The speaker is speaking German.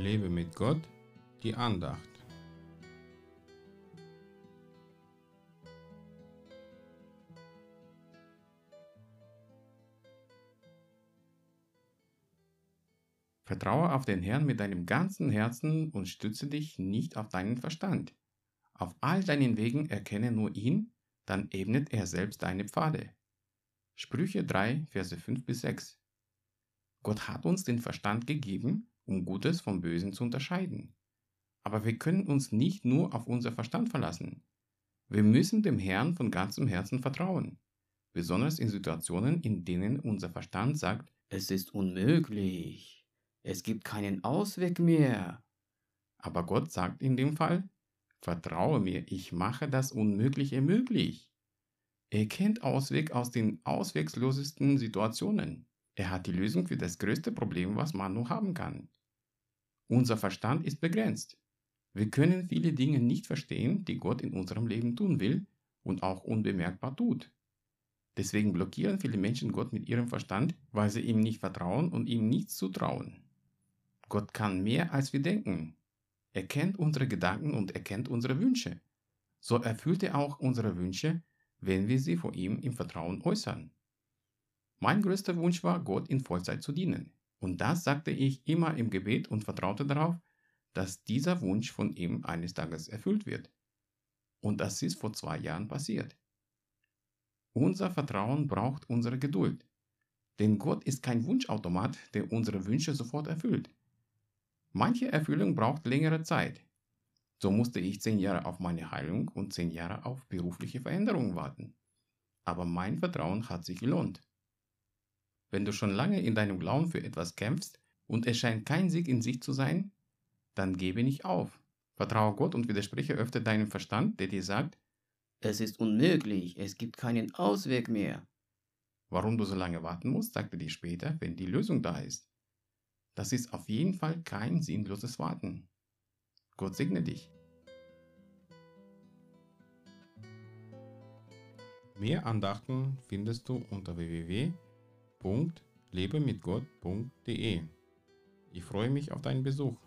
Lebe mit Gott, die Andacht. Vertraue auf den Herrn mit deinem ganzen Herzen und stütze dich nicht auf deinen Verstand. Auf all deinen Wegen erkenne nur ihn, dann ebnet er selbst deine Pfade. Sprüche 3, Verse 5-6. Gott hat uns den Verstand gegeben, um Gutes vom Bösen zu unterscheiden. Aber wir können uns nicht nur auf unser Verstand verlassen. Wir müssen dem Herrn von ganzem Herzen vertrauen, besonders in Situationen, in denen unser Verstand sagt, es ist unmöglich, es gibt keinen Ausweg mehr. Aber Gott sagt in dem Fall, vertraue mir, ich mache das Unmögliche möglich. Er kennt Ausweg aus den ausweglosesten Situationen. Er hat die Lösung für das größte Problem, was man nur haben kann. Unser Verstand ist begrenzt. Wir können viele Dinge nicht verstehen, die Gott in unserem Leben tun will und auch unbemerkbar tut. Deswegen blockieren viele Menschen Gott mit ihrem Verstand, weil sie ihm nicht vertrauen und ihm nichts zutrauen. Gott kann mehr, als wir denken. Er kennt unsere Gedanken und er kennt unsere Wünsche. So erfüllt er auch unsere Wünsche, wenn wir sie vor ihm im Vertrauen äußern. Mein größter Wunsch war, Gott in Vollzeit zu dienen. Und das sagte ich immer im Gebet und vertraute darauf, dass dieser Wunsch von ihm eines Tages erfüllt wird. Und das ist vor 2 Jahren passiert. Unser Vertrauen braucht unsere Geduld. Denn Gott ist kein Wunschautomat, der unsere Wünsche sofort erfüllt. Manche Erfüllung braucht längere Zeit. So musste ich 10 Jahre auf meine Heilung und 10 Jahre auf berufliche Veränderungen warten. Aber mein Vertrauen hat sich gelohnt. Wenn du schon lange in deinem Glauben für etwas kämpfst und es scheint kein Sieg in Sicht zu sein, dann gebe nicht auf. Vertraue Gott und widerspreche öfter deinem Verstand, der dir sagt, es ist unmöglich, es gibt keinen Ausweg mehr. Warum du so lange warten musst, sagt er dir später, wenn die Lösung da ist. Das ist auf jeden Fall kein sinnloses Warten. Gott segne dich. Mehr Andachten findest du unter www.lebemitgott.de. Ich freue mich auf deinen Besuch.